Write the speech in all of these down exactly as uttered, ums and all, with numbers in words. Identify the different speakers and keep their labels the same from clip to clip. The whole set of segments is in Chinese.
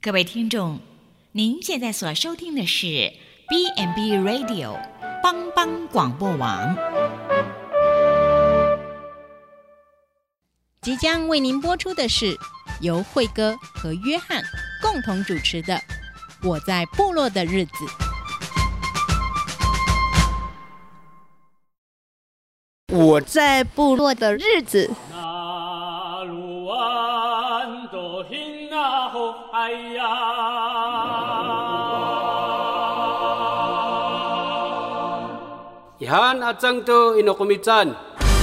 Speaker 1: 各位听众，您现在所收听的是 B and B Radio 帮帮广播网，
Speaker 2: 即将为您播出的是由慧哥和约翰共同主持的《我在部落的日子》。
Speaker 3: 我在部落的日子。
Speaker 4: Ihan atsang to inokumitsan.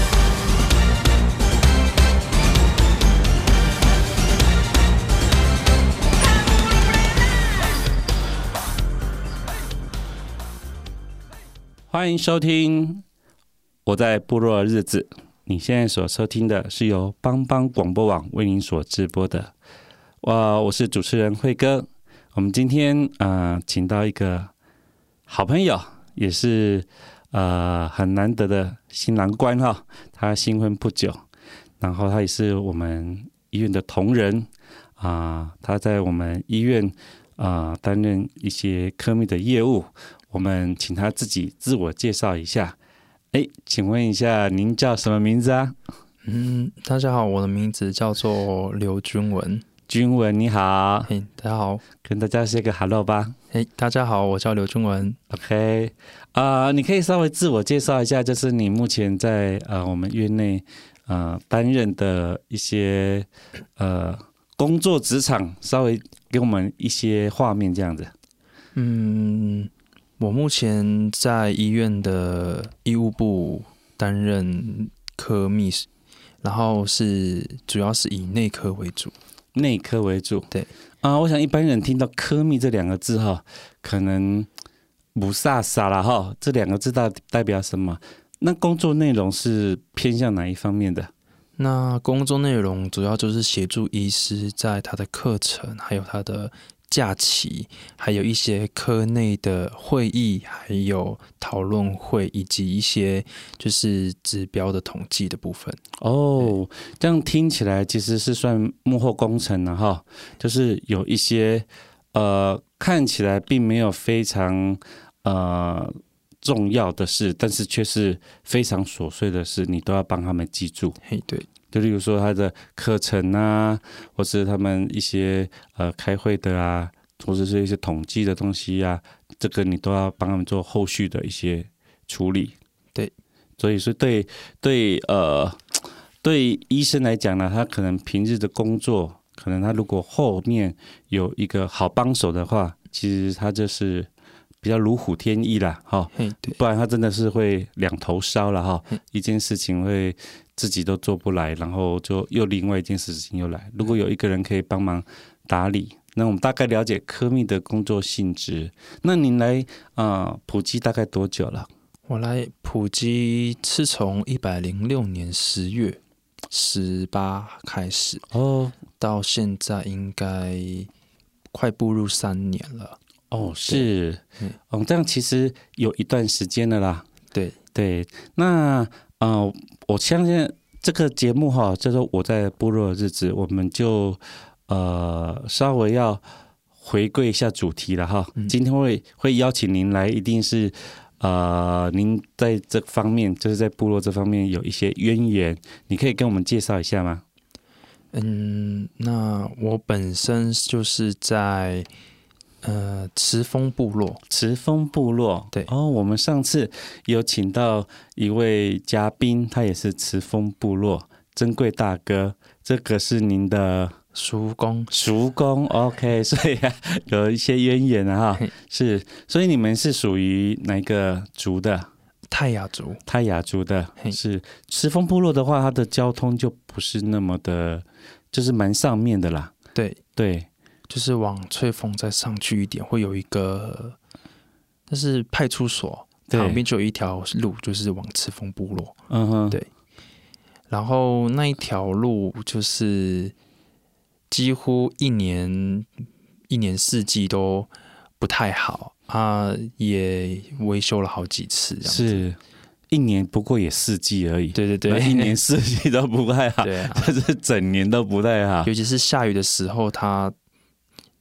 Speaker 5: 欢迎收听我在部落的日子。你现在所收听的是由帮帮广播网为您所直播的。我我是主持人慧哥。我们今天呃请到一个好朋友，也是呃很难得的新郎官哈。他新婚不久，然后他也是我们医院的同仁啊、呃。他在我们医院啊、呃、担任一些科密的业务。我们请他自己自我介绍一下。哎，请问一下，您叫什么名字啊？
Speaker 6: 嗯，大家好，我的名字叫做刘君文。
Speaker 5: 君文你好。
Speaker 6: 嘿，大家好，
Speaker 5: 跟大家 say 个 hello 吧。
Speaker 6: 嘿，大家好，我叫刘君文。
Speaker 5: OK， 啊、呃，你可以稍微自我介绍一下，就是你目前在呃我们院内呃担任的一些呃工作职场，稍微给我们一些画面这样子。
Speaker 6: 嗯。我目前在医院的医务部担任科秘，然后是主要是以内科为主。
Speaker 5: 内科为主，
Speaker 6: 对
Speaker 5: 啊、呃，我想一般人听到科秘这两个字哈，可能不飒飒啦哈，这两个字代代表什么？那工作内容是偏向哪一方面的？
Speaker 6: 那工作内容主要就是协助医师在他的课程，还有他的假期，还有一些科内的会议，还有讨论会，以及一些就是指标的统计的部分。
Speaker 5: 哦，这样听起来其实是算幕后工程了哈，就是有一些呃看起来并没有非常呃重要的事，但是却是非常琐碎的事，你都要帮他们记住。
Speaker 6: 嘿，对。
Speaker 5: 就例如说他的课程啊，或是他们一些呃开会的啊，或者是一些统计的东西啊，这个你都要帮他们做后续的一些处理。
Speaker 6: 对，
Speaker 5: 所以说对对呃对医生来讲呢，他可能平日的工作，可能他如果后面有一个好帮手的话，其实他就是比较如虎添翼啦，哈，不然他真的是会两头烧了哈，一件事情会自己都做不来，然后就又另外一件事情又来。如果有一个人可以帮忙打理，那我们大概了解科密的工作性质。那您来啊、呃、普及大概多久了？
Speaker 6: 我来普及是从一百零六年十月十八开始哦，到现在应该快步入三年了。
Speaker 5: 哦，是，嗯，哦，这样其实有一段时间了啦。
Speaker 6: 对
Speaker 5: 对，那呃，我相信这个节目哈，叫做我在部落的日子，我们就呃稍微要回归一下主题了哈。嗯、今天会会邀请您来，一定是呃您在这方面，就是在部落这方面有一些渊源，你可以跟我们介绍一下吗？
Speaker 6: 嗯，那我本身就是在。呃，慈丰部落，
Speaker 5: 慈丰部落，
Speaker 6: 对
Speaker 5: 哦，我们上次有请到一位嘉宾，他也是慈丰部落珍贵大哥，这个是您的
Speaker 6: 叔公，
Speaker 5: 叔公 ，OK， 所以、啊、有一些渊源啊，哈，是，所以你们是属于哪一个族的？
Speaker 6: 泰雅族，
Speaker 5: 泰雅族的，是慈丰部落的话，它的交通就不是那么的，就是蛮上面的啦，
Speaker 6: 对
Speaker 5: 对。
Speaker 6: 就是往翠峰再上去一点，会有一个，那是派出所旁边就有一条路，就是往慈丰部落。嗯哼，对。然后那一条路就是几乎一年一年四季都不太好啊，也维修了好几次这样子。
Speaker 5: 是。一年不过也四季而已，
Speaker 6: 对对对，
Speaker 5: 一年四季都不太好，
Speaker 6: 对啊，
Speaker 5: 就是整年都不太好。
Speaker 6: 尤其是下雨的时候，它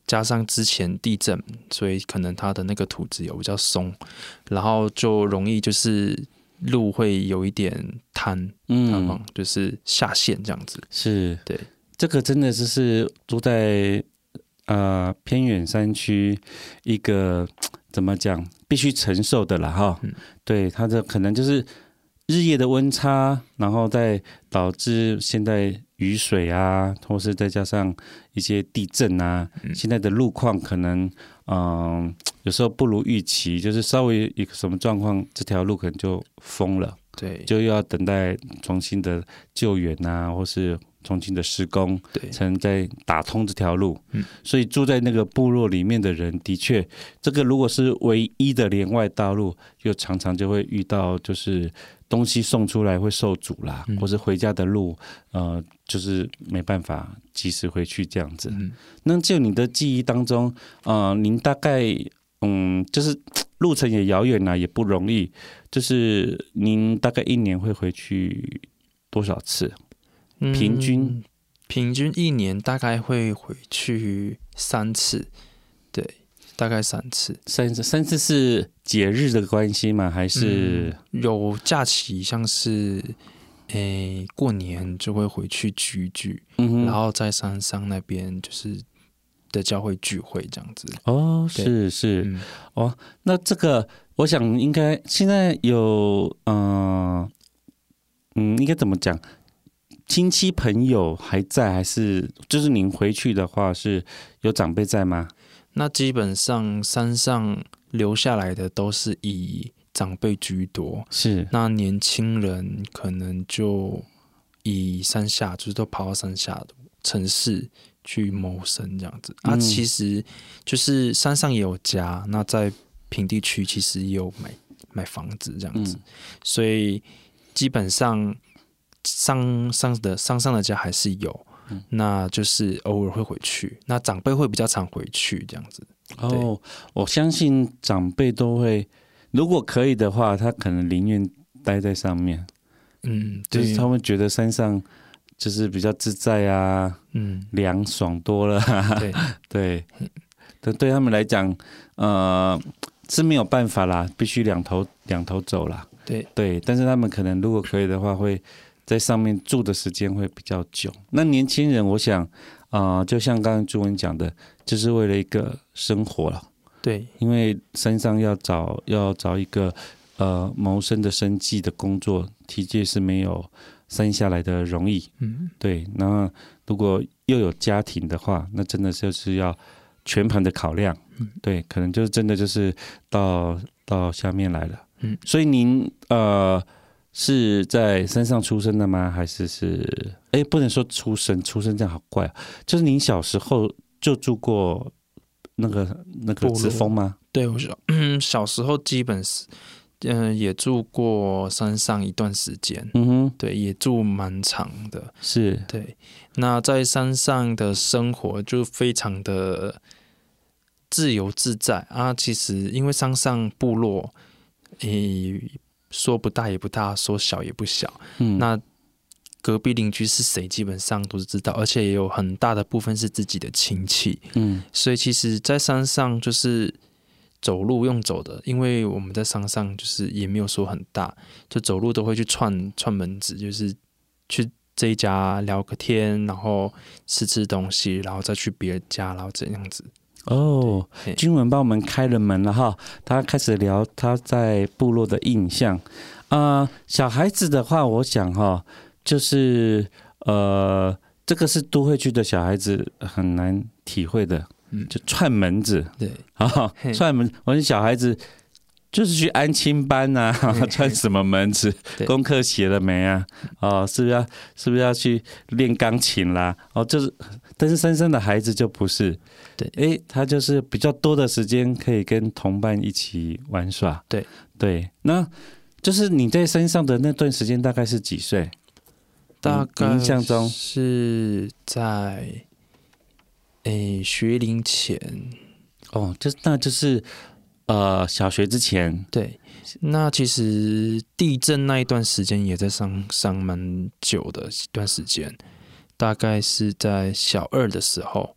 Speaker 6: 加上之前地震，所以可能它的那个土质有比较松，然后就容易就是路会有一点塌，嗯，就是下陷这样子。
Speaker 5: 是，
Speaker 6: 对，
Speaker 5: 这个真的就是住在呃偏远山区一个怎么讲必须承受的啦哈。嗯、对，它的可能就是日夜的温差，然后再导致现在雨水啊，或是再加上一些地震啊，嗯、现在的路况可能嗯、呃、有时候不如预期，就是稍微一个什么状况，这条路可能就封了。
Speaker 6: 对，
Speaker 5: 就要等待重新的救援啊，或是重新的施工，
Speaker 6: 对，
Speaker 5: 才能再打通这条路。嗯，所以住在那个部落里面的人，的确，这个如果是唯一的连外道路，又常常就会遇到，就是东西送出来会受阻啦，嗯、或是回家的路，呃，就是没办法及时回去这样子。嗯，那就你的记忆当中，呃，您大概嗯，就是路程也遥远啦，也不容易。就是您大概一年会回去多少次？嗯、平均
Speaker 6: 平均一年大概会回去三次，对，大概三次。
Speaker 5: 三次三次是节日的关系吗？还是、
Speaker 6: 嗯、有假期，像是诶过年就会回去聚一聚，嗯、然后在山上那边就是的教会聚会这样子。
Speaker 5: 哦，是是、嗯、哦，那这个。我想应该现在有嗯嗯，应该怎么讲？亲戚朋友还在，还是就是您回去的话是有长辈在吗？
Speaker 6: 那基本上山上留下来的都是以长辈居多，
Speaker 5: 是
Speaker 6: 那年轻人可能就以山下，就是都跑到山下的城市去谋生这样子。嗯、啊，其实就是山上也有家，那在平地区其实也有买买房子这样子，嗯、所以基本上上上的上上的家还是有，嗯、那就是偶尔会回去，那长辈会比较常回去这样子。
Speaker 5: 哦，我相信长辈都会，如果可以的话，他可能宁愿待在上面，嗯，就是他们觉得山上就是比较自在啊，嗯，凉爽多了，对对，对，对他们来讲，呃。是没有办法啦，必须两头两头走啦。
Speaker 6: 对
Speaker 5: 对，但是他们可能如果可以的话，会在上面住的时间会比较久。那年轻人，我想，啊、呃，就像刚刚朱文讲的，就是为了一个生活了。
Speaker 6: 对，
Speaker 5: 因为山上要找要找一个呃谋生的生计的工作，的确是没有山下来的容易。嗯，对。那如果又有家庭的话，那真的就是要全盘的考量。对，可能就是真的就是到到下面来了。嗯，所以您呃是在山上出生的吗？还是是哎不能说出生，出生这样好怪啊。就是您小时候就住过那个那个子峰吗？
Speaker 6: 对，我小嗯小时候基本是嗯、呃、也住过山上一段时间。嗯哼，对，也住蛮长的。
Speaker 5: 是，
Speaker 6: 对。那在山上的生活就非常的自由自在啊！其实因为山上部落，诶，说不大也不大，说小也不小。嗯，那隔壁邻居是谁，基本上都是知道，而且也有很大的部分是自己的亲戚。嗯，所以其实，在山上就是走路用走的，因为我们在山上就是也没有说很大，就走路都会去串串门子，就是去这一家聊个天，然后吃吃东西，然后再去别家，然后这样子。
Speaker 5: 哦，君文帮我们开了门了哈，他开始聊他在部落的印象啊、呃。小孩子的话，我想哈，就是呃，这个是都会区的小孩子很难体会的，嗯，就串门子，
Speaker 6: 对
Speaker 5: 啊，串门，我们小孩子就是去安亲班啊，串什么门子？功课写了没啊？哦，是不是要是不是要去练钢琴啦？哦，就是，但是山上的孩子就不是，
Speaker 6: 对，
Speaker 5: 哎，他就是比较多的时间可以跟同伴一起玩耍，
Speaker 6: 对
Speaker 5: 对。那就是你在山上的那段时间大概是几岁？
Speaker 6: 大概
Speaker 5: 印象中
Speaker 6: 是在诶学龄前，
Speaker 5: 哦，就那就是。呃，小学之前，
Speaker 6: 对，那其实地震那一段时间也在上上蛮久的一段时间，大概是在小二的时候，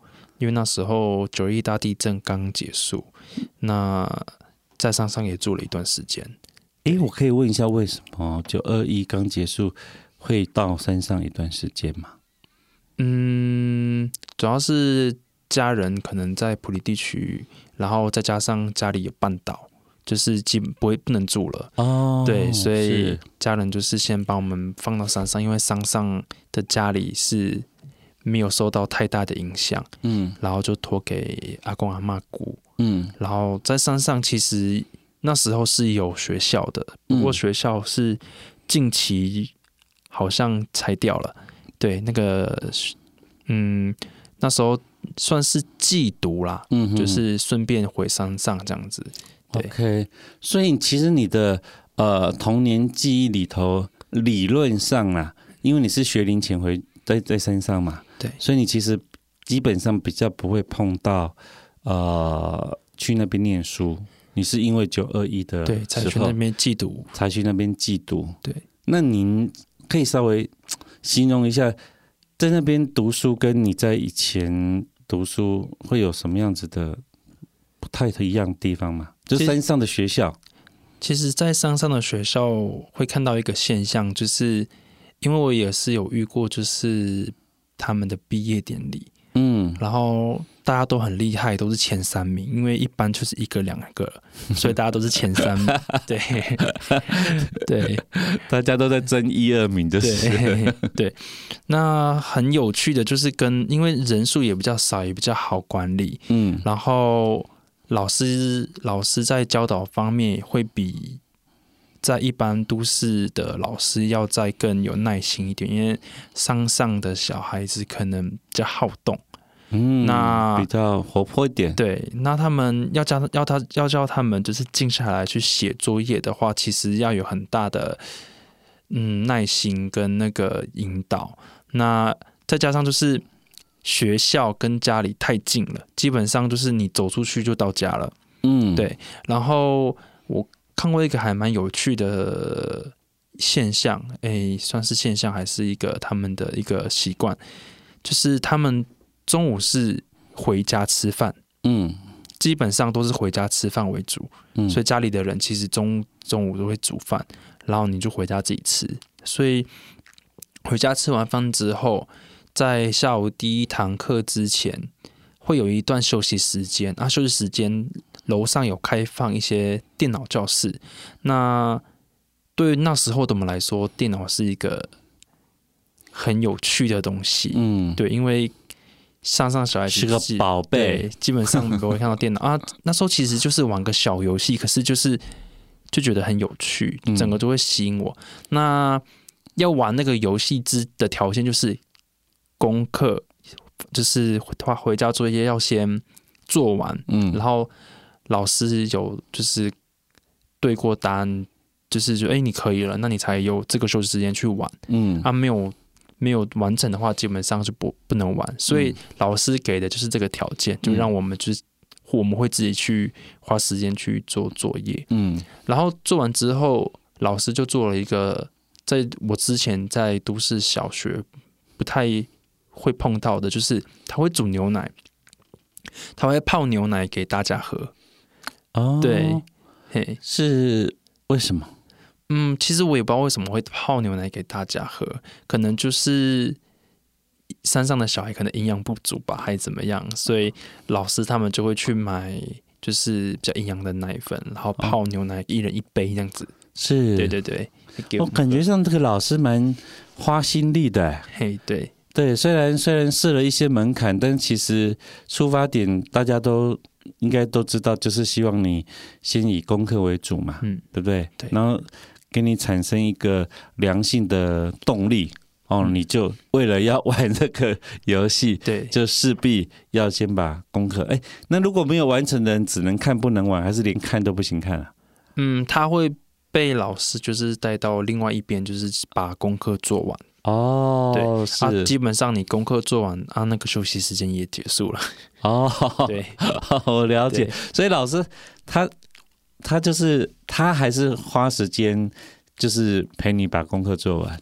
Speaker 6: 因为那时候九一大地震刚结束，那在山上也住了一段时间。
Speaker 5: 哎，我可以问一下，为什么九二一刚结束会到山上一段时间吗？
Speaker 6: 嗯，主要是家人可能在埔里地区，然后再加上家里有半岛，就是基本不会不能住了哦。对，所以家人就是先把我们放到山上，因为山上的家里是没有受到太大的影响，嗯，然后就托给阿公阿嬷顾，嗯，然后在山上其实那时候是有学校的，不过学校是近期好像拆掉了，对，那个嗯那时候算是寄读啦，嗯，就是顺便回山上这样子。对
Speaker 5: OK， 所以其实你的呃童年记忆里头，理论上啦，因为你是学龄前回在在山上嘛，
Speaker 6: 对，
Speaker 5: 所以你其实基本上比较不会碰到呃去那边念书。你是因为九二一的
Speaker 6: 对才去那边寄读，
Speaker 5: 才去那边寄读。
Speaker 6: 对，
Speaker 5: 那您可以稍微形容一下，在那边读书跟你在以前读书会有什么样子的不太一样的地方吗？就山上的学校，
Speaker 6: 其实在山上的学校会看到一个现象，就是因为我也是有遇过，就是他们的毕业典礼，嗯，然后大家都很厉害，都是前三名，因为一般就是一个两个，所以大家都是前三名。对对，
Speaker 5: 大家都在争一二名，就是
Speaker 6: 对对。那很有趣的就是跟，因为人数也比较少，也比较好管理，嗯，然后老师老师在教导方面会比在一般都市的老师要再更有耐心一点，因为山上的小孩子可能比较好动。
Speaker 5: 嗯，那比较活泼一点。
Speaker 6: 对，那他们要教要他要教他们就是静下来去写作业的话，其实要有很大的嗯耐心跟那个引导。那再加上就是学校跟家里太近了，基本上就是你走出去就到家了。嗯，对。然后我看过一个还蛮有趣的现象，哎，算是现象还是一个他们的一个习惯，就是他们中午是回家吃饭，嗯，基本上都是回家吃饭为主，嗯，所以家里的人其实中中午都会煮饭，然后你就回家自己吃。所以回家吃完饭之后，在下午第一堂课之前，会有一段休息时间啊，休息时间楼上有开放一些电脑教室。那对于那时候的我们来说，电脑是一个很有趣的东西，嗯，对，因为山上小孩子
Speaker 5: 是个宝贝，
Speaker 6: 基本上不会看到电脑啊。那时候其实就是玩个小游戏，可是就是就觉得很有趣，整个都会吸引我。嗯、那要玩那个游戏之的条件就是功课，就是回家作业要先做完，嗯，然后老师有就是对过答案，就是就哎、欸、你可以了，那你才有这个休息时间去玩，嗯，啊没有。没有完成的话，基本上就不不能玩。所以老师给的就是这个条件，就让我们就是我们会自己去花时间去做作业。嗯，然后做完之后，老师就做了一个，在我之前在都市小学不太会碰到的，就是他会煮牛奶，他会泡牛奶给大家喝。哦，对，嘿，
Speaker 5: 是为什么？
Speaker 6: 嗯，其实我也不知道为什么会泡牛奶给大家喝，可能就是山上的小孩可能营养不足吧，还是怎么样，所以老师他们就会去买就是比较营养的奶粉，然后泡牛奶，一人一杯这样子。
Speaker 5: 是，
Speaker 6: 对对对，
Speaker 5: 我感觉上这个老师蛮花心力的。
Speaker 6: 嘿，对
Speaker 5: 对，虽然虽然设了一些门槛，但其实出发点大家都应该都知道，就是希望你先以功课为主嘛，嗯，对不对？
Speaker 6: 对，
Speaker 5: 然后给你产生一个良性的动力哦，你就为了要玩这个游戏，
Speaker 6: 对，
Speaker 5: 就势必要先把功课。哎，那如果没有完成的人，只能看不能玩，还是连看都不行看啊？
Speaker 6: 嗯，他会被老师就是带到另外一边，就是把功课做完。
Speaker 5: 哦，
Speaker 6: 对，
Speaker 5: 是
Speaker 6: 啊，基本上你功课做完啊，那个休息时间也结束了。
Speaker 5: 哦，
Speaker 6: 对，
Speaker 5: 我了解。所以老师他。他就是他还是花时间，就是陪你把功课做完。
Speaker 6: 对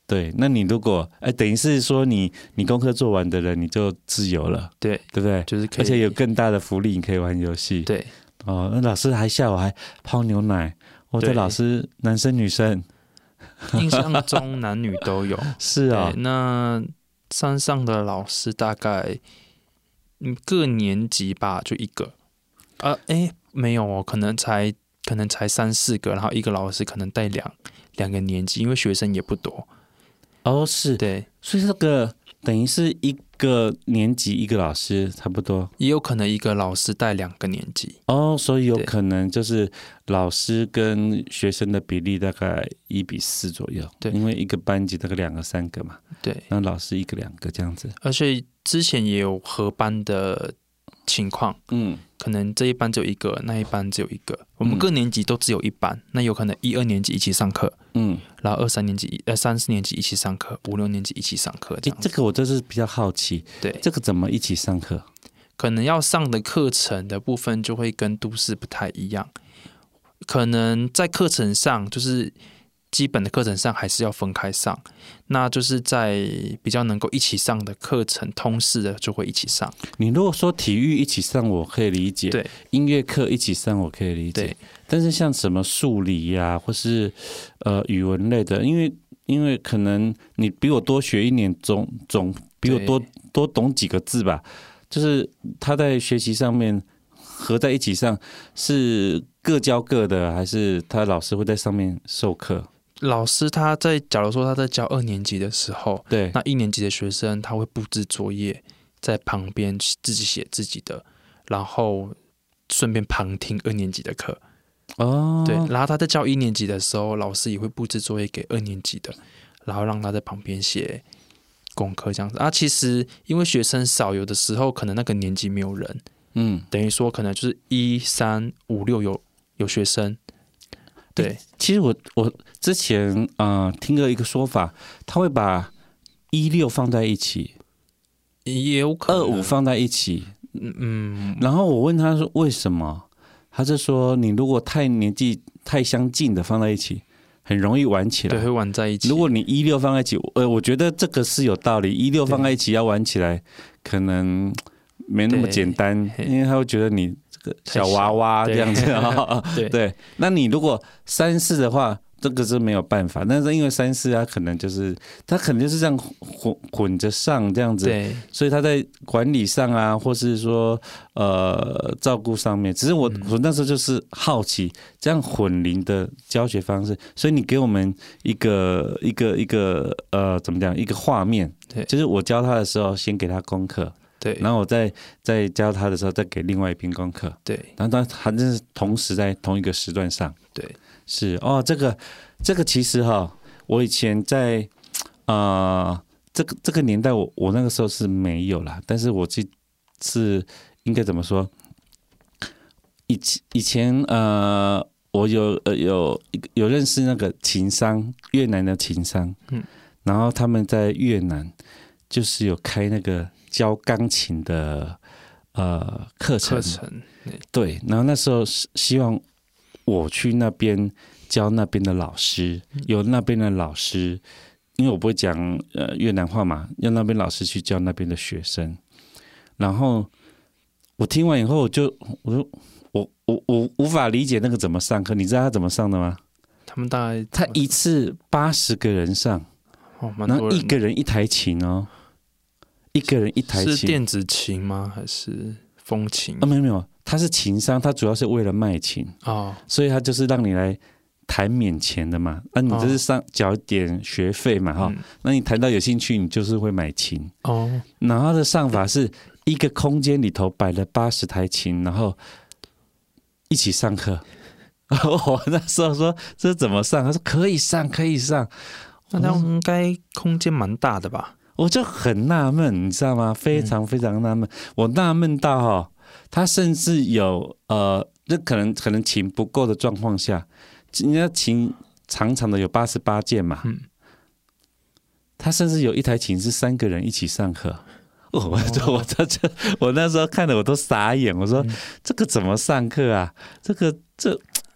Speaker 5: 对，那你如果哎，等于是说你你功课做完的人，你就自由了，
Speaker 6: 对，
Speaker 5: 对不对？
Speaker 6: 就是可以，
Speaker 5: 而且有更大的福利，你可以玩游戏。
Speaker 6: 对，
Speaker 5: 哦，那老师还下午还泡牛奶，我、哦、这老师男生女生，
Speaker 6: 印象中男女都有。
Speaker 5: 是啊、哦，
Speaker 6: 那山上的老师大概各年级吧，就一个。啊，哎，没有哦，可能才可能才三四个，然后一个老师可能带两两个年级，因为学生也不多。
Speaker 5: 哦，是，
Speaker 6: 对，
Speaker 5: 所以这个等于是一个年级一个老师差不多，
Speaker 6: 也有可能一个老师带两个年级。
Speaker 5: 哦，所以有可能就是老师跟学生的比例大概一比四左右，
Speaker 6: 对，
Speaker 5: 因为一个班级大概两个三个嘛，
Speaker 6: 对，
Speaker 5: 那老师一个两个这样子。
Speaker 6: 而且之前也有合班的情况，嗯，可能这一班只有一个，那一班只有一个，我们各年级都只有一班，嗯、那有可能一二年级一起上课，嗯，然后二三年级呃三四年级一起上课，五六年级一起上课这样子。
Speaker 5: 这个我就是比较好奇，
Speaker 6: 对，
Speaker 5: 这个怎么一起上课？
Speaker 6: 可能要上的课程的部分就会跟都市不太一样，可能在课程上就是基本的课程上还是要分开上，那就是在比较能够一起上的课程，通识的就会一起上。
Speaker 5: 你如果说体育一起上，我可以理解；
Speaker 6: 对，
Speaker 5: 音乐课一起上，我可以理解。但是像什么数理呀、啊，或是呃语文类的，因为因为可能你比我多学一年，总总比我多多懂几个字吧，就是他在学习上面合在一起上，是各教各的，还是他老师会在上面授课？
Speaker 6: 老师他在假如说他在教二年级的时候，
Speaker 5: 对，
Speaker 6: 那一年级的学生他会布置作业在旁边自己写自己的，然后顺便旁听二年级的课。哦，对，然后他在教一年级的时候，老师也会布置作业给二年级的，然后让他在旁边写功课这样子。啊，其实因为学生少，有的时候可能那个年级没有人，嗯，等于说可能就是一三五六有有学生。对，
Speaker 5: 其实我我之前呃听过一个说法，他会把一六放在一起，
Speaker 6: 也有可能
Speaker 5: 二五放在一起，
Speaker 6: 嗯，
Speaker 5: 然后我问他说为什么，他就说你如果太年纪太相近的放在一起，很容易玩起来，
Speaker 6: 对，会玩在一起。
Speaker 5: 如果你一六放在一起，呃，我觉得这个是有道理，一六放在一起要玩起来，可能没那么简单，因为他会觉得你。小娃娃这样子对对，那你如果三四的话，这个是没有办法。但是因为三四他可能就是他可能就是这样混混着上这样子，
Speaker 6: 对，
Speaker 5: 所以他在管理上啊，或是说呃照顾上面，只是我、嗯、我那时候就是好奇这样混龄的教学方式，所以你给我们一个一个一个呃怎么讲一个画面，
Speaker 6: 对，
Speaker 5: 就是我教他的时候先给他功课。
Speaker 6: 对，
Speaker 5: 然后我在在教他的时候，再给另外一篇功课。
Speaker 6: 对，
Speaker 5: 然后他还真是同时在同一个时段上。
Speaker 6: 对，是
Speaker 5: 哦，这个这个其实哈，我以前在呃这个这个年代我，我我那个时候是没有啦，但是我是应该怎么说？以以前呃，我有呃有有认识那个情商，越南的情商，嗯，然后他们在越南就是有开那个。教钢琴的呃课程，
Speaker 6: 课程
Speaker 5: 对，然后那时候希望我去那边教那边的老师，有那边的老师，因为我不会讲呃越南话嘛，让那边老师去教那边的学生。然后我听完以后，我就我说我我我无法理解那个怎么上课，你知道他怎么上的吗？
Speaker 6: 他们大概
Speaker 5: 他一次八十个人上，
Speaker 6: 哦，
Speaker 5: 然后一个人一台琴哦。一个人一台琴，
Speaker 6: 是电子琴吗？还是风琴？
Speaker 5: 啊，没有没有，他是琴商，他主要是为了卖琴哦，所以他就是让你来弹免钱的嘛。那、啊、你就是上缴一点学费嘛哈、哦嗯，那你弹到有兴趣，你就是会买琴哦。然后他的上法是一个空间里头摆了八十台琴，然后一起上课。我那时候说这怎么上？他说可以上，可以上。
Speaker 6: 那他应该空间蛮大的吧？
Speaker 5: 我就很纳闷，你知道吗？非常非常纳闷。嗯、我纳闷到哈、哦，他甚至有呃，这可能可能琴不够的状况下，人家琴长长的有八十八件嘛，嗯，他甚至有一台琴是三个人一起上课。哦、我我我这我那时候看的我都傻眼，我说、嗯、这个怎么上课啊？这个这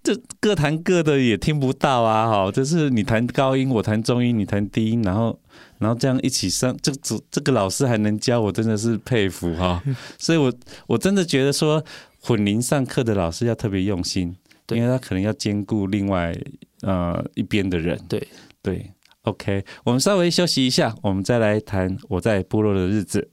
Speaker 5: 这各弹各的也听不到啊，哈，就是你弹高音，我弹中音，你弹低音，然后然后这样一起上，这这这个老师还能教我，真的是佩服哈。所以我我真的觉得说，混龄上课的老师要特别用心，因为他可能要兼顾另外呃一边的人。
Speaker 6: 对
Speaker 5: 对 ，OK， 我们稍微休息一下，我们再来谈我在部落的日子。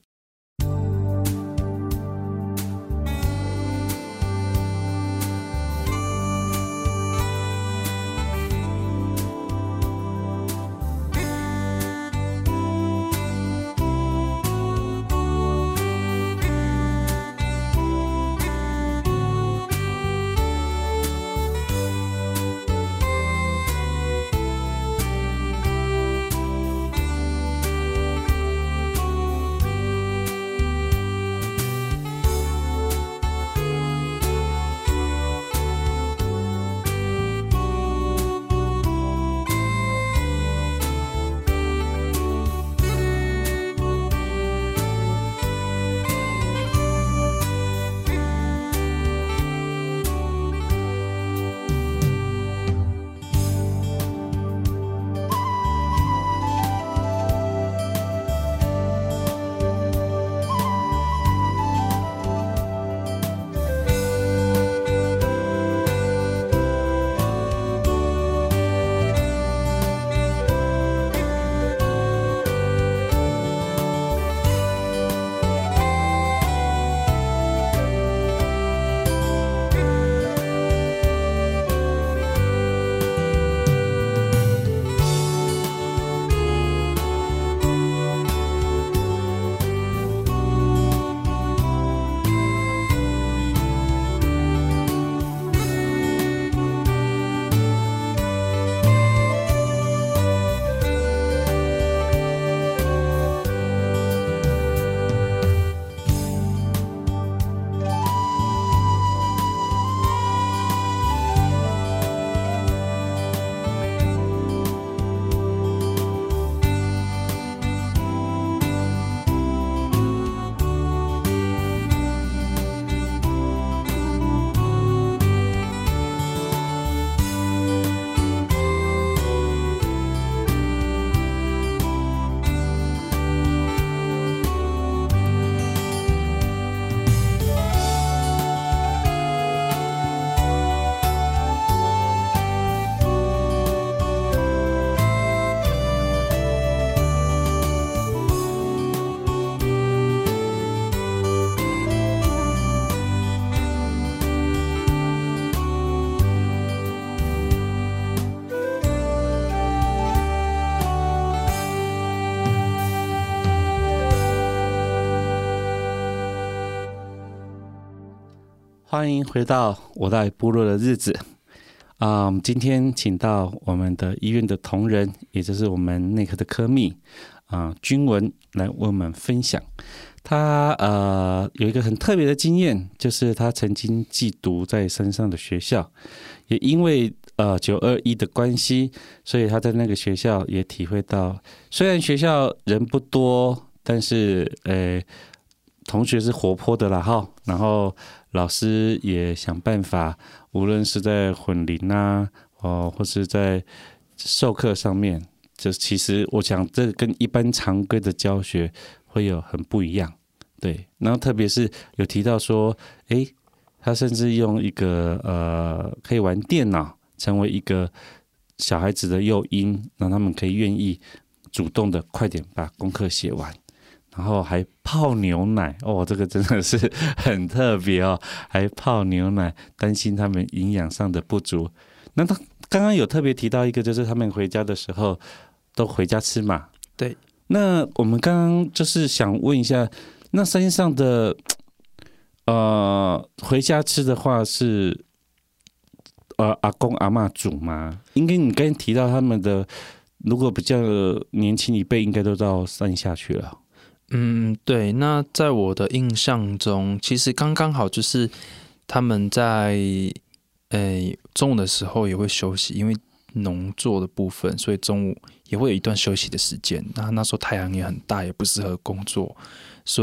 Speaker 5: 欢迎回到我在部落的日子啊、嗯！今天请到我们的医院的同仁，也就是我们内科的科秘啊、呃，君文来为我们分享。他呃有一个很特别的经验，就是他曾经寄读在山上的学校，也因为呃九二一的关系，所以他在那个学校也体会到，虽然学校人不多，但是呃同学是活泼的啦哈，然后老师也想办法，无论是在混龄啊，哦，或是在授课上面，就其实我想这跟一般常规的教学会有很不一样，对。然后特别是有提到说，哎，他甚至用一个呃可以玩电脑，成为一个小孩子的诱因，让他们可以愿意主动的快点把功课写完。然后还泡牛奶哦，这个真的是很特别哦，还泡牛奶，担心他们营养上的不足。那他刚刚有特别提到一个，就是他们回家的时候都回家吃嘛。
Speaker 6: 对。
Speaker 5: 那我们刚刚就是想问一下，那山上的呃回家吃的话是呃阿公阿嬷煮吗？应该你刚才提到他们的，如果比较年轻一辈，应该都到山下去了。
Speaker 6: 嗯，对。那在我的印象中，其实刚刚好就是他们在诶中午的时候也会休息，因为农作的部分，所以中午也会有一段休息的时间。那那时候太阳也很大，也不适合工作，所以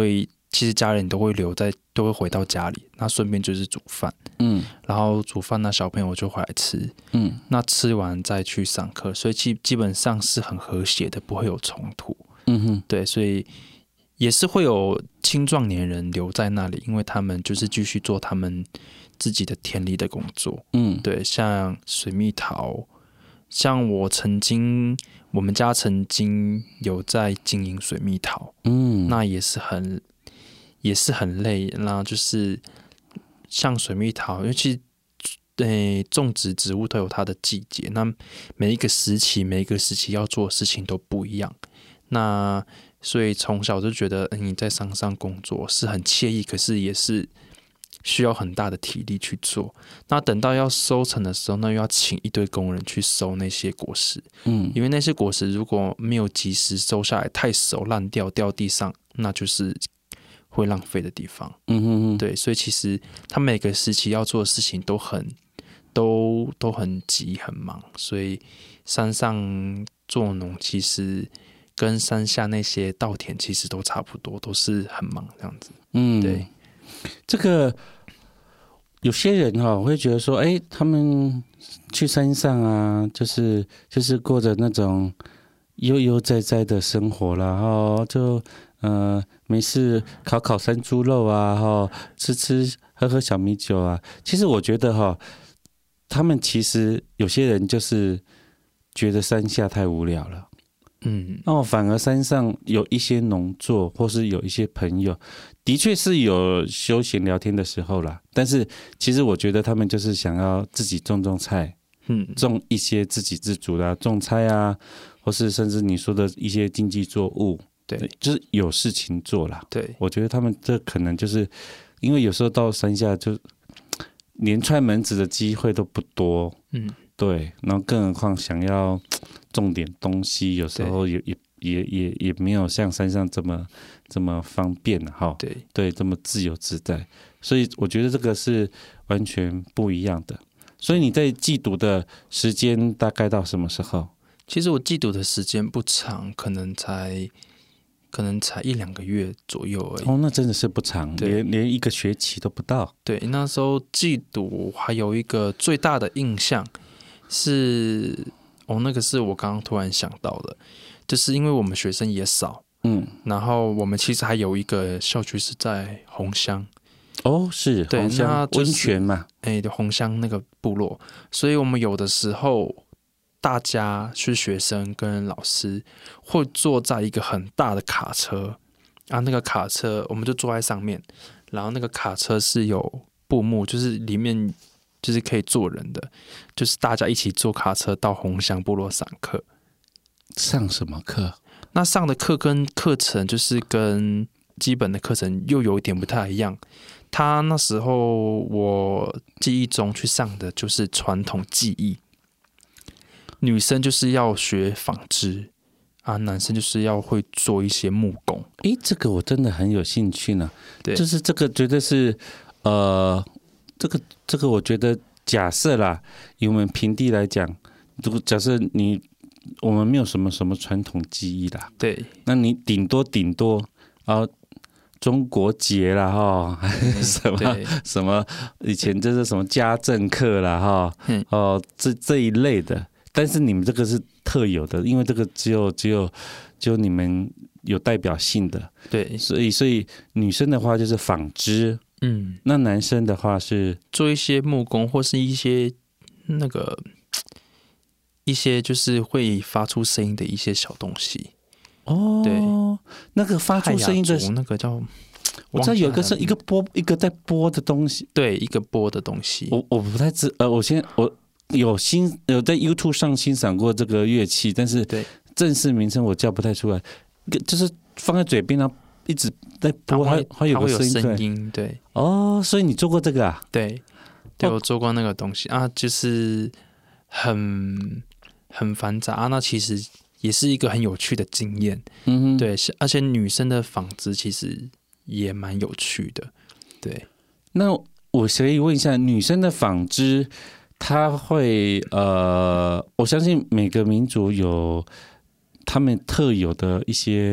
Speaker 6: 其实家人都会留在，都会回到家里，那顺便就是煮饭，嗯，然后煮饭那小朋友就回来吃，嗯，那吃完再去上课，所以基基本上是很和谐的，不会有冲突，嗯哼，对，所以也是会有青壮年人留在那里，因为他们就是继续做他们自己的田里的工作，嗯，对，像水蜜桃，像我曾经。我们家曾经有在经营水蜜桃，嗯，那也是很也是很累，那就是像水蜜桃，尤其对种植植物都有它的季节，那每一个时期每一个时期要做的事情都不一样，那所以从小就觉得你在山上工作是很惬意，可是也是需要很大的体力去做，那等到要收成的时候，那又要请一堆工人去收那些果实，嗯，因为那些果实如果没有及时收下来，太熟烂掉掉地上，那就是会浪费的地方，嗯哼哼，对，所以其实他每个时期要做的事情都很都都很急很忙，所以山上做农其实跟山下那些稻田其实都差不多，都是很忙这样子，嗯，对。
Speaker 5: 这个有些人哈、哦、会觉得说，哎，他们去山上啊，就是就是过着那种悠悠哉哉的生活啦，然后就呃没事烤烤山猪肉啊，哈，吃吃喝喝小米酒啊。其实我觉得哈、哦，他们其实有些人就是觉得山下太无聊了。嗯，那我反而山上有一些农作，或是有一些朋友，的确是有休闲聊天的时候啦。但是其实我觉得他们就是想要自己种种菜，嗯，种一些自给自足的、啊、种菜啊，或是甚至你说的一些经济作物，对，就是有事情做啦。对，我觉得他们这可能就是因为有时候到山下就连串门子的机会都不多，嗯。对，然后更何况想要种点东西，有时候也也也也也没有像山上这么这么方便哈。对对，这么自由自在，所以我觉得这个是完全不一样的。所以你在寄读的时间大概到什么时候？
Speaker 6: 其实我寄读的时间不长，可能才可能才一两个月左右而已。
Speaker 5: 哦，那真的是不长，连连一个学期都不到。
Speaker 6: 对，那时候寄读还有一个最大的印象。是哦，那个是我刚刚突然想到的，就是因为我们学生也少，嗯，然后我们其实还有一个校区是在红乡，
Speaker 5: 哦，是
Speaker 6: 对，
Speaker 5: 红乡温泉嘛，
Speaker 6: 哎，红乡那个部落，所以我们有的时候大家是学生跟老师会坐在一个很大的卡车啊，那个卡车我们就坐在上面，然后那个卡车是有布幕，就是里面。就是可以坐人的，就是大家一起坐卡车到红乡部落上课。
Speaker 5: 上什么课？
Speaker 6: 那上的课跟课程就是跟基本的课程又有一点不太一样。他那时候我记忆中去上的就是传统技艺，女生就是要学纺织啊，男生就是要会做一些木工。
Speaker 5: 诶，这个我真的很有兴趣呢。对，就是这个绝对是呃。这个这个，我觉得假设啦，以我们平地来讲，如果假设你我们没有什么什么传统技艺啦，
Speaker 6: 对，
Speaker 5: 那你顶多顶多啊，中国结啦哈，什么什么以前就是什么家政课啦哈，哦这这一类的，但是你们这个是特有的，因为这个只有只有只有你们有代表性的，
Speaker 6: 对，
Speaker 5: 所以所以女生的话就是纺织。嗯，那男生的话是
Speaker 6: 做一些木工或是一些那个一些就是会发出声音的一些小东西。
Speaker 5: 哦，对，那个发出声音的
Speaker 6: 那个叫，
Speaker 5: 我知道有一个是一个波一个在波的东西，
Speaker 6: 对，一个波的东西。
Speaker 5: 我我不太知，呃，我先我有欣有在 YouTube 上欣赏过这个乐器，但是正式名称我叫不太出来，就是放在嘴边然后。一直在播，它
Speaker 6: 它
Speaker 5: 有个声音，
Speaker 6: 声音对。
Speaker 5: 哦，所以你做过这个啊？
Speaker 6: 对，对我做过那个东西啊，就是很很繁杂啊。那其实也是一个很有趣的经验，嗯哼，对，而且女生的纺织其实也蛮有趣的，对。
Speaker 5: 那我可以问一下，女生的纺织，她会呃，我相信每个民族有他们特有的一些。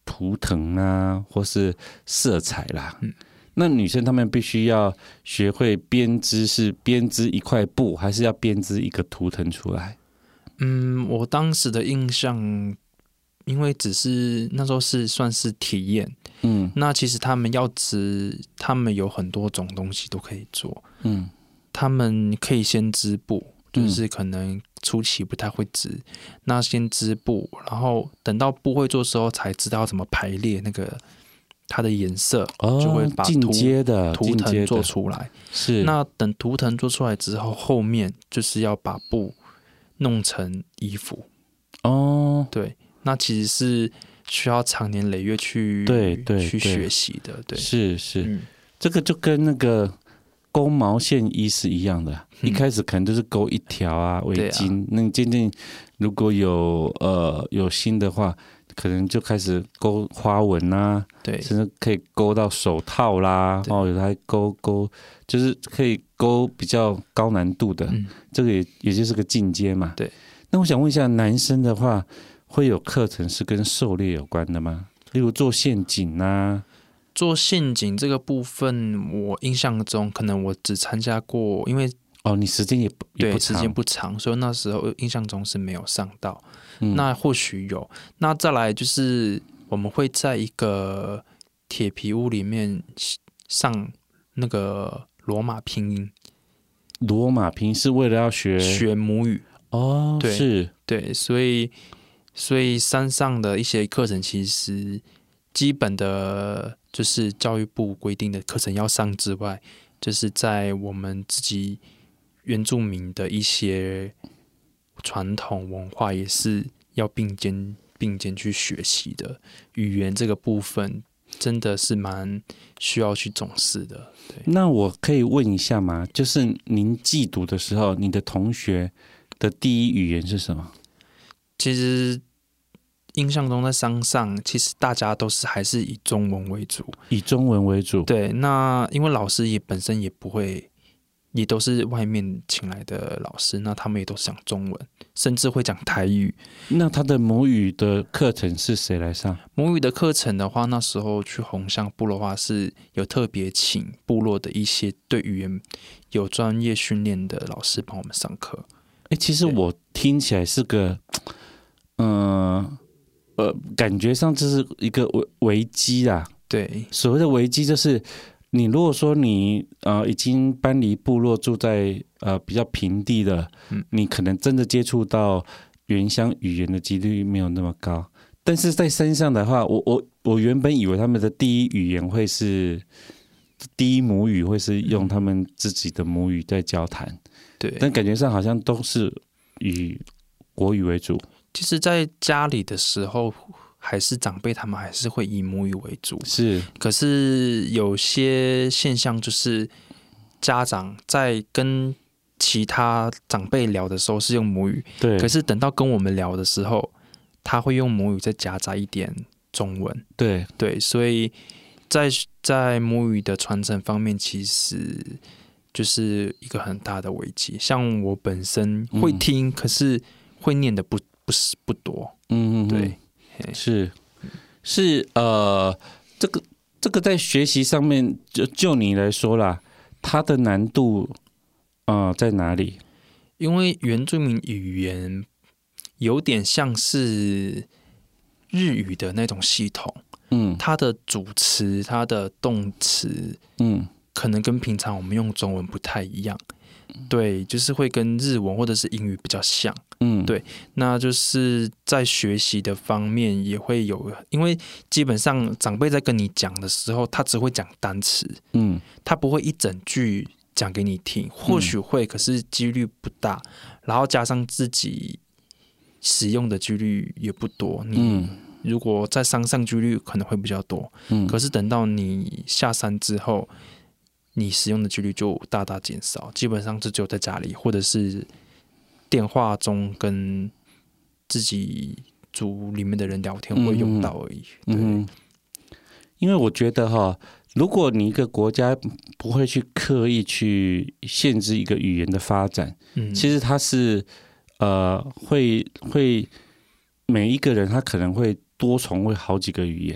Speaker 5: 图腾啊，或是色彩啦。
Speaker 6: 嗯，
Speaker 5: 那女生她们必须要学会编织，是编织一块布，还是要编织一个图腾出来？
Speaker 6: 嗯，我当时的印象，因为只是那时候是算是体验，嗯，那其实他们要织，他们有很多种东西都可以做，嗯，他们可以先织布，就是可能初期不太会织，嗯、那先织布，然后等到布会做的时候，才知道怎么排列那个它的颜色，哦、就会把图
Speaker 5: 进阶的
Speaker 6: 图腾做出来。
Speaker 5: 是，
Speaker 6: 那等图腾做出来之后，后面就是要把布弄成衣服。哦，对，那其实是需要长年累月去
Speaker 5: 对对
Speaker 6: 去学习的。对，
Speaker 5: 是是、嗯，这个就跟那个钩毛线衣是一样的，嗯、一开始可能就是钩一条啊围巾，啊、那你渐渐如果有呃有心的话，可能就开始钩花纹啊，对，甚至可以钩到手套啦，哦，有的还钩钩，就是可以钩比较高难度的，嗯、这个也也就是个进阶嘛。对，那我想问一下，男生的话会有课程是跟狩猎有关的吗？例如做陷阱啊？
Speaker 6: 做陷阱这个部分，我印象中可能我只参加过，因为
Speaker 5: 哦，你时间也不也不
Speaker 6: 对，时间不长，所以那时候印象中是没有上到。
Speaker 5: 嗯、
Speaker 6: 那或许有。那再来就是我们会在一个铁皮屋里面上那个罗马拼音。
Speaker 5: 罗马拼音是为了要学
Speaker 6: 学母语
Speaker 5: 哦，
Speaker 6: 对
Speaker 5: 是，
Speaker 6: 对，所以所以山上的一些课程其实基本的就是教育部规定的课程要上之外，就是在我们自己原住民的一些传统文化也是要并肩并肩去学习的。语言这个部分真的是蛮需要去重视的。对，
Speaker 5: 那我可以问一下吗？就是您寄读的时候，你的同学的第一语言是什么？
Speaker 6: 其实印象中在山上，其实大家都是还是以中文为主，
Speaker 5: 以中文为主。
Speaker 6: 对，那因为老师也本身也不会，也都是外面请来的老师，那他们也都是讲中文，甚至会讲台语。
Speaker 5: 那他的母语的课程是谁来上？
Speaker 6: 母语的课程的话，那时候去红象部落的话，是有特别请部落的一些对语言有专业训练的老师帮我们上课。
Speaker 5: 哎，其实我听起来是个，嗯呃，呃，感觉上这是一个危危机啦。
Speaker 6: 对，
Speaker 5: 所谓的危机就是。你如果说你呃已经搬离部落，住在呃比较平地的，嗯、你可能真的接触到原乡语言的几率没有那么高。但是在山上的话，我我我原本以为他们的第一语言会是第一母语，会是用他们自己的母语在交谈，对。但感觉上好像都是以国语为主。
Speaker 6: 其实，在家里的时候。还是长辈他们还是会以母语为主，
Speaker 5: 是。
Speaker 6: 可是有些现象就是家长在跟其他长辈聊的时候是用母语，对。可是等到跟我们聊的时候，他会用母语再夹杂一点中文，
Speaker 5: 对
Speaker 6: 对。所以在在母语的传承方面，其实就是一个很大的危机。像我本身会听，嗯、可是会念的不不是不多，
Speaker 5: 嗯嗯，
Speaker 6: 对。
Speaker 5: 是是呃，这个这个在学习上面，就就你来说啦，它的难度呃在哪里？
Speaker 6: 因为原住民语言有点像是日语的那种系统，嗯，它的主词、它的动词，嗯，可能跟平常我们用中文不太一样，对，就是会跟日文或者是英语比较像。嗯，对，那就是在学习的方面也会有，因为基本上长辈在跟你讲的时候，他只会讲单词，嗯，他不会一整句讲给你听，或许会，可是几率不大，然后加上自己使用的几率也不多，你如果在山上几率可能会比较多，嗯，可是等到你下山之后，你使用的几率就大大减少，基本上是只有在家里或者是电话中跟自己族里面的人聊天会用到而已。嗯、对、嗯，
Speaker 5: 因为我觉得哈，如果你一个国家不会去刻意去限制一个语言的发展，嗯，其实它是呃会会每一个人他可能会多重会好几个语言，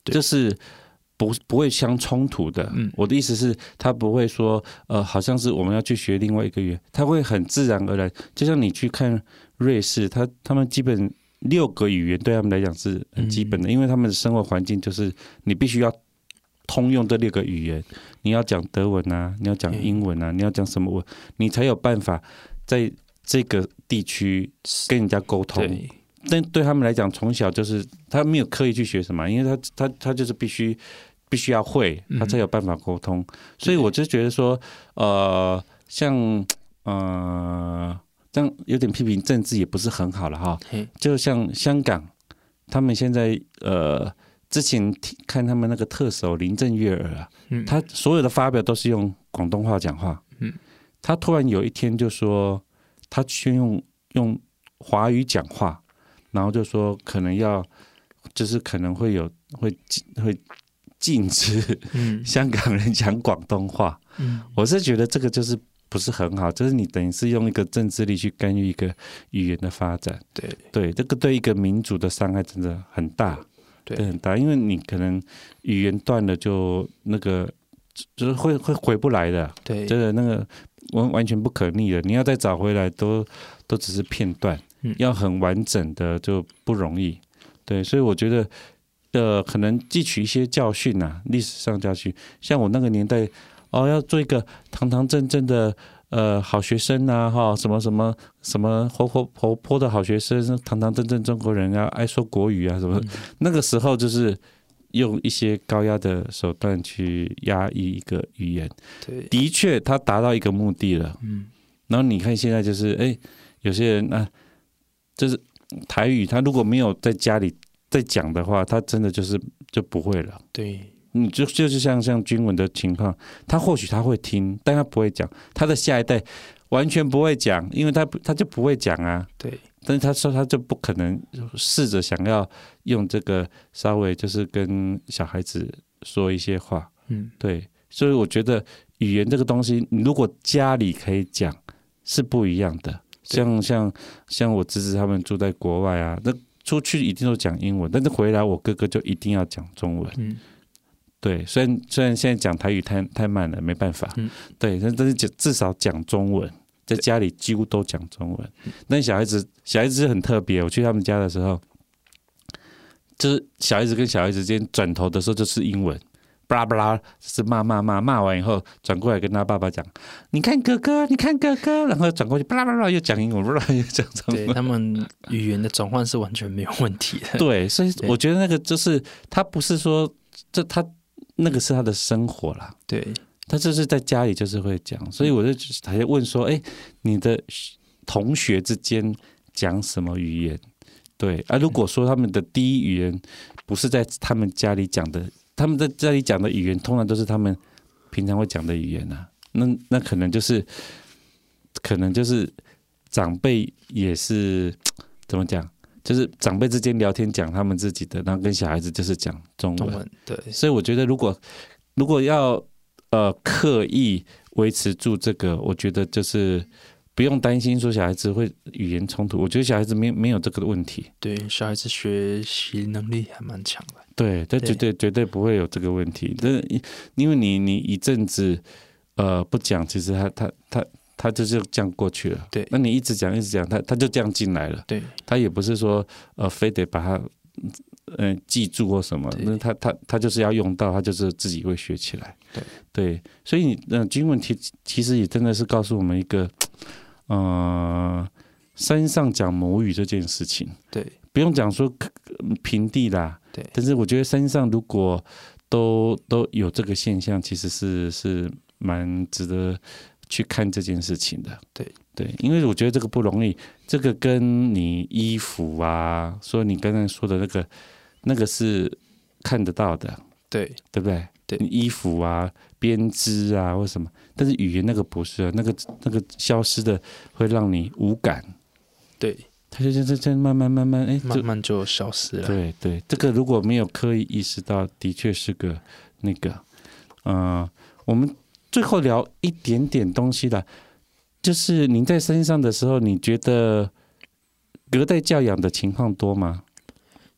Speaker 5: 就是不不会相冲突的。嗯，我的意思是，他不会说呃，好像是我们要去学另外一个语言，他会很自然而然。就像你去看瑞士，他他们基本六个语言对他们来讲是很基本的，嗯、因为他们的生活环境就是你必须要通用这六个语言，你要讲德文啊，你要讲英文啊，你要讲什么文，你才有办法在这个地区跟人家沟通。但对他们来讲，从小就是他没有刻意去学什么，因为他他他就是必须必须要会，他才有办法沟通。嗯、所以我就觉得说，呃，像呃，这样有点批评政治也不是很好了哈。就像香港，他们现在呃，之前看他们那个特首林郑月娥啊，嗯、他所有的发表都是用广东话讲话。嗯，他突然有一天就说，他先用用华语讲话。然后就说可能要，就是可能会有会会禁止香港人讲广东话。嗯，我是觉得这个就是不是很好，就是你等于是用一个政治力去干预一个语言的发展。对对，这个对一个民族的伤害真的很大，对很大，因为你可能语言断了就那个就是会会回不来的，对，真的那个完完全不可逆的，你要再找回来都都只是片段。要很完整的就不容易，对，所以我觉得，呃，可能汲取一些教训啊，历史上教训，像我那个年代，哦，要做一个堂堂正正的呃好学生啊，哈，什么什么什么活活活泼的好学生，堂堂正正中国人啊，爱说国语啊，什么，嗯、那个时候就是用一些高压的手段去压抑一个语言，对，的确，他达到一个目的了，嗯，然后你看现在就是，哎，有些人啊。就是台语，他如果没有在家里在讲的话，他真的就是就不会了。对，你就就是像像君文的情况，他或许他会听，但他不会讲，他的下一代完全不会讲，因为他他就不会讲啊。对，但是他说他就不可能试着想要用这个稍微就是跟小孩子说一些话。嗯，对，所以我觉得语言这个东西，你如果家里可以讲，是不一样的。像像像我侄子他们住在国外啊，那出去一定都讲英文，但是回来我哥哥就一定要讲中文。嗯，对，虽然虽然现在讲台语太太慢了，没办法。嗯，对，但但是至少讲中文，在家里几乎都讲中文。但小孩子小孩子很特别，我去他们家的时候，就是小孩子跟小孩子之间转头的时候就是英文。巴拉巴拉，是骂骂骂骂完以后，转过来跟他爸爸讲：“你看哥哥，你看哥哥。”然后转过去，巴拉巴拉又讲英文，巴拉又讲中文。
Speaker 6: 对，他们语言的转换是完全没有问题的。
Speaker 5: 对，所以我觉得那个就是他不是说这他那个是他的生活啦。对，他就是在家里就是会讲，所以我就还问说：“哎，你的同学之间讲什么语言？”对啊，如果说他们的第一语言不是在他们家里讲的。他们在这里讲的语言，通常都是他们平常会讲的语言啊。那那可能就是，可能就是长辈也是怎么讲？就是长辈之间聊天讲他们自己的，然后跟小孩子就是讲中文。中文对。所以我觉得，如果如果要呃刻意维持住这个，我觉得就是不用担心说小孩子会语言冲突。我觉得小孩子没没有这个问题。
Speaker 6: 对，小孩子学习能力还蛮强的。
Speaker 5: 对，他绝对绝对不会有这个问题。但因为你你一阵子呃不讲，其实他他他他就是这样过去了。对，那你一直讲一直讲，他他就这样进来了。对，他也不是说呃非得把他嗯、呃、记住或什么，那他他他就是要用到，他就是自己会学起来。对对，所以呃经文题其实也真的是告诉我们一个呃山上讲母语这件事情。对，不用讲说平地啦。对，但是我觉得山上如果都都有这个现象，其实是是蛮值得去看这件事情的。对对，因为我觉得这个不容易，这个跟你衣服啊，说你刚才说的那个那个是看得到的，对对不对？对，衣服啊、编织啊或什么，但是语言那个不是啊，那个那个消失的会让你无感。对。他就这这慢慢慢慢哎，
Speaker 6: 慢慢就消失了。
Speaker 5: 对对，这个如果没有刻意意识到，的确是个那个，嗯、呃，我们最后聊一点点东西啦，就是您在山上的时候，你觉得隔代教养的情况多吗？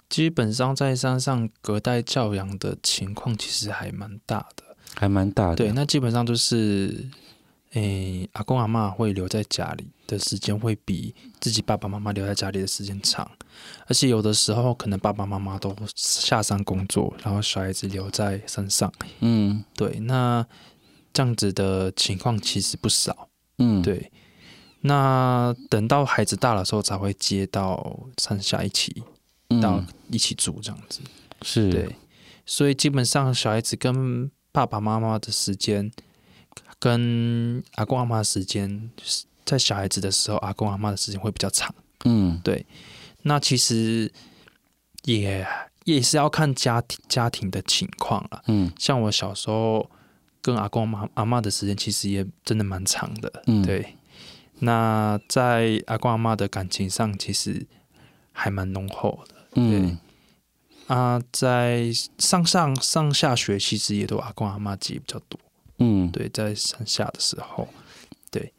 Speaker 6: 基本上在山上隔代教养的情况其实还蛮大的，
Speaker 5: 还蛮大的。
Speaker 6: 对，那基本上就是诶，阿公阿嬷会留在家里的时间会比自己爸爸妈妈留在家里的时间长，而且有的时候可能爸爸妈妈都下山工作，然后小孩子留在山上。嗯，对，那这样子的情况其实不少。嗯，对。那等到孩子大的时候，才会接到山下一起到一起住这样子。
Speaker 5: 是，
Speaker 6: 对。所以基本上小孩子跟爸爸妈妈的时间，跟阿公阿嬷的时间，在小孩子的时候，阿公阿嬷的时间会比较长。嗯，对。那其实也也是要看家庭家庭的情况啦。嗯，像我小时候跟阿公阿嬷的时间，其实也真的蛮长的。嗯，对。那在阿公阿嬷的感情上，其实还蛮浓厚的。对。嗯啊，在上上上下学，其实也都阿公阿嬷接比较多。嗯，对，在山下的时候，对，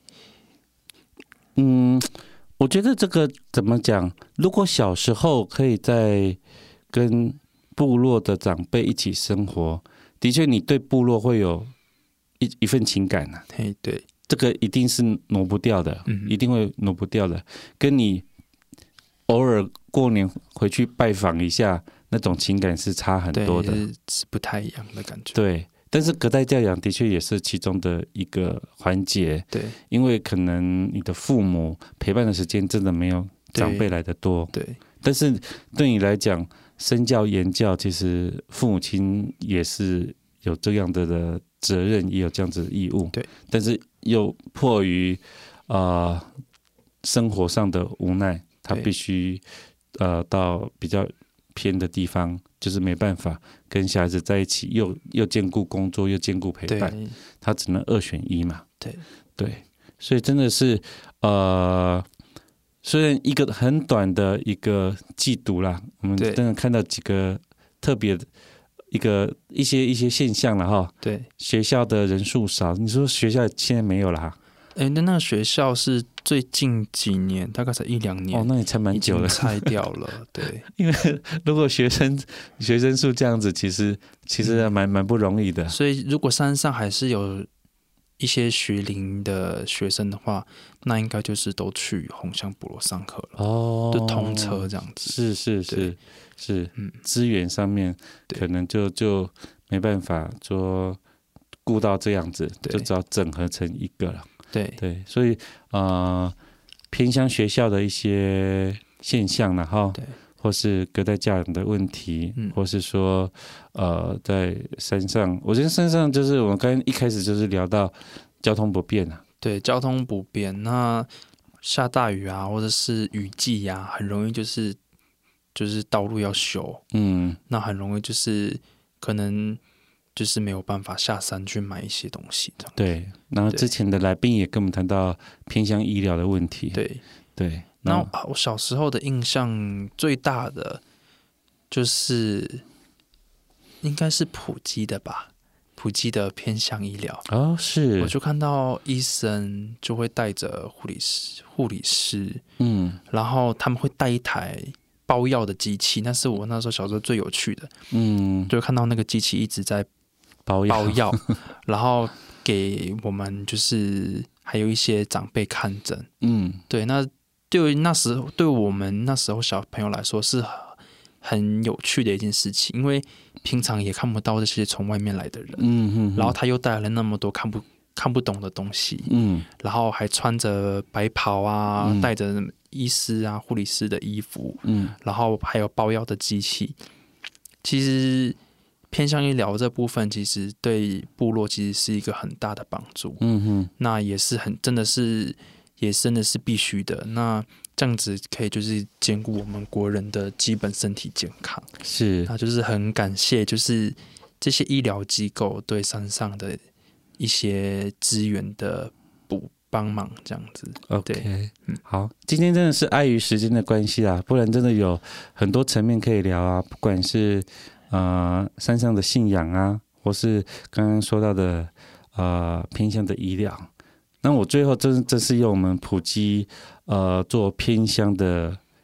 Speaker 5: 嗯，我觉得这个怎么讲？如果小时候可以在跟部落的长辈一起生活，的确，你对部落会有一一份情感啊。
Speaker 6: 嘿，对，
Speaker 5: 这个一定是挪不掉的，嗯、一定会挪不掉的。跟你偶尔过年回去拜访一下。那种情感是差很多的，
Speaker 6: 是, 是不太一样的感觉。
Speaker 5: 对，但是隔代教养的确也是其中的一个环节。
Speaker 6: 对，
Speaker 5: 因为可能你的父母陪伴的时间真的没有长辈来的多。
Speaker 6: 对，
Speaker 5: 但是对你来讲，身教言教，其实父母亲也是有这样的的责任，也有这样子的义务。
Speaker 6: 对，
Speaker 5: 但是又迫于啊、呃、生活上的无奈，他必须呃到比较偏的地方，就是没办法跟小孩子在一起，又又兼顾工作，又兼顾陪伴，他只能二选一嘛。
Speaker 6: 对
Speaker 5: 对，所以真的是呃，虽然一个很短的一个季度啦，我们真的看到几个特别一个一些一些现象了哈。
Speaker 6: 对，
Speaker 5: 学校的人数少，你说学校现在没有了哈？
Speaker 6: 哎，那那个学校是最近几年，大概才一两年，
Speaker 5: 哦，那也才蛮久了，
Speaker 6: 拆掉了。对，
Speaker 5: 因为如果学生学生数这样子，其实其实蛮蛮不容易的。
Speaker 6: 所以，如果山上还是有一些学龄的学生的话，那应该就是都去红乡部落上课了。哦，就通车这样子。
Speaker 5: 是是是是，嗯，资源上面可能就就没办法说顾到这样子，就只好整合成一个了。
Speaker 6: 对
Speaker 5: 对，所以呃，偏乡学校的一些现象然后或是隔代教养的问题，嗯、或是说呃，在山上，我觉得山上就是我们刚刚一开始就是聊到交通不便啊。
Speaker 6: 对，交通不便，那下大雨啊，或者是雨季啊，很容易就是就是道路要修，嗯，那很容易就是可能。就是没有办法下山去买一些东西，这样。
Speaker 5: 对，然后之前的来宾也跟我们谈到偏向医疗的问题。
Speaker 6: 对
Speaker 5: 对，
Speaker 6: 那我小时候的印象最大的就是应该是普及的吧，普及的偏向医疗。
Speaker 5: 哦，是。
Speaker 6: 我就看到医生就会带着护理师，护理师，嗯，然后他们会带一台包药的机器，那是我那时候小时候最有趣的，嗯，就看到那个机器一直在。
Speaker 5: 包药，
Speaker 6: 包药然后给我们就是还有一些长辈看诊，嗯，对，那对于那时候对我们那时候小朋友来说是很有趣的一件事情，因为平常也看不到这些从外面来的人，嗯，然后他又带来了那么多看不看不懂的东西，嗯，然后还穿着白袍啊，嗯、带着医师啊、护理师的衣服，嗯，然后还有包药的机器，其实。偏向医疗这部分，其实对部落其实是一个很大的帮助。嗯哼，那也是很真的是，也真的是必须的。那这样子可以就是兼顾我们国人的基本身体健康。
Speaker 5: 是，
Speaker 6: 那就是很感谢，就是这些医疗机构对山上的一些资源的补帮忙，这样子。
Speaker 5: OK， 嗯，好，今天真的是碍于时间的关系啊，不然真的有很多层面可以聊啊，不管是。呃，山上的信仰啊，或是刚刚说到的呃偏乡的医疗，那我最后真真是用我们普及呃做偏乡的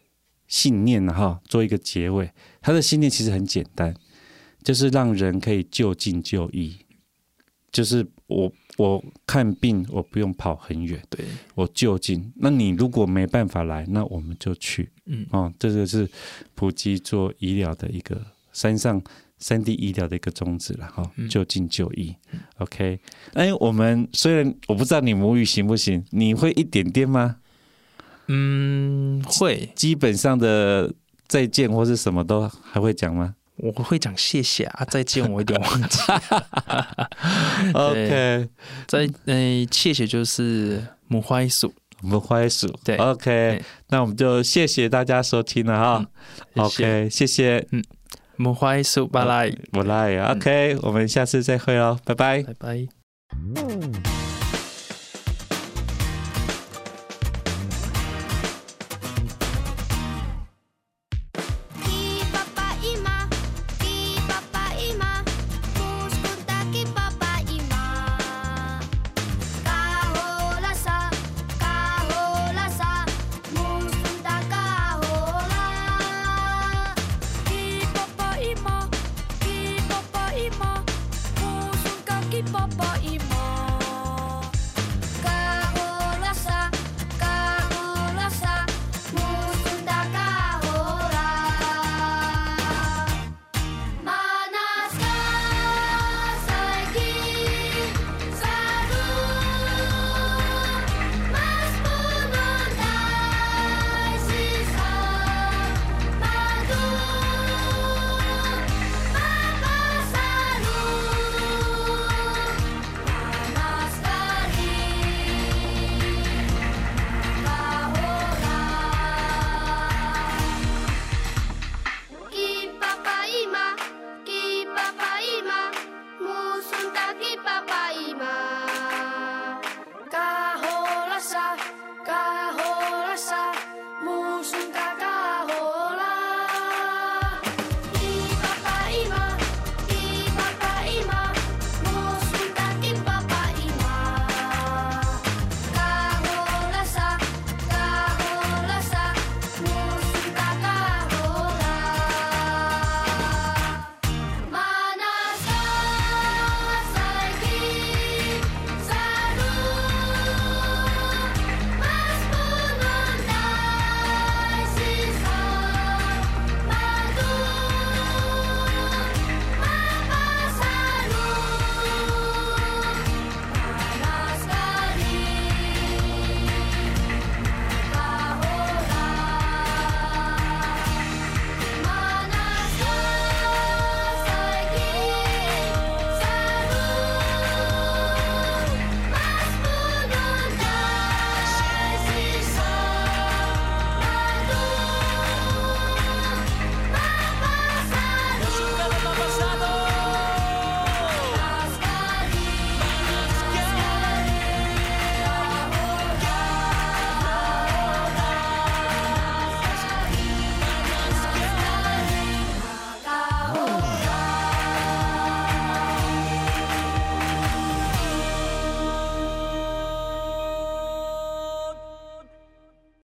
Speaker 5: 信念哈做一个结尾。他的信念其实很简单，就是让人可以就近就医，就是我我看病我不用跑很远，
Speaker 6: 对，
Speaker 5: 我就近。那你如果没办法来，那我们就去，嗯，哦，这个是埔基做医疗的一个山上山地医疗的一个宗旨了哈，就近就医。嗯、OK， 哎，我们虽然我不知道你母语行不行，你会一点点吗？
Speaker 6: 嗯，会。
Speaker 5: 基本上的再见或是什么都还会讲吗？
Speaker 6: 我会讲谢谢啊，再见我有点忘记。
Speaker 5: OK，
Speaker 6: 再呃谢谢就是母花鼠。
Speaker 5: 母花鼠，
Speaker 6: 对
Speaker 5: ，OK， 那我们就谢谢大家收听了哈、嗯、，OK， 谢谢，
Speaker 6: 嗯，母花鼠，拜拜，
Speaker 5: 拜拜 ，OK，、嗯、我们下次再会喽，拜拜，
Speaker 6: 拜拜。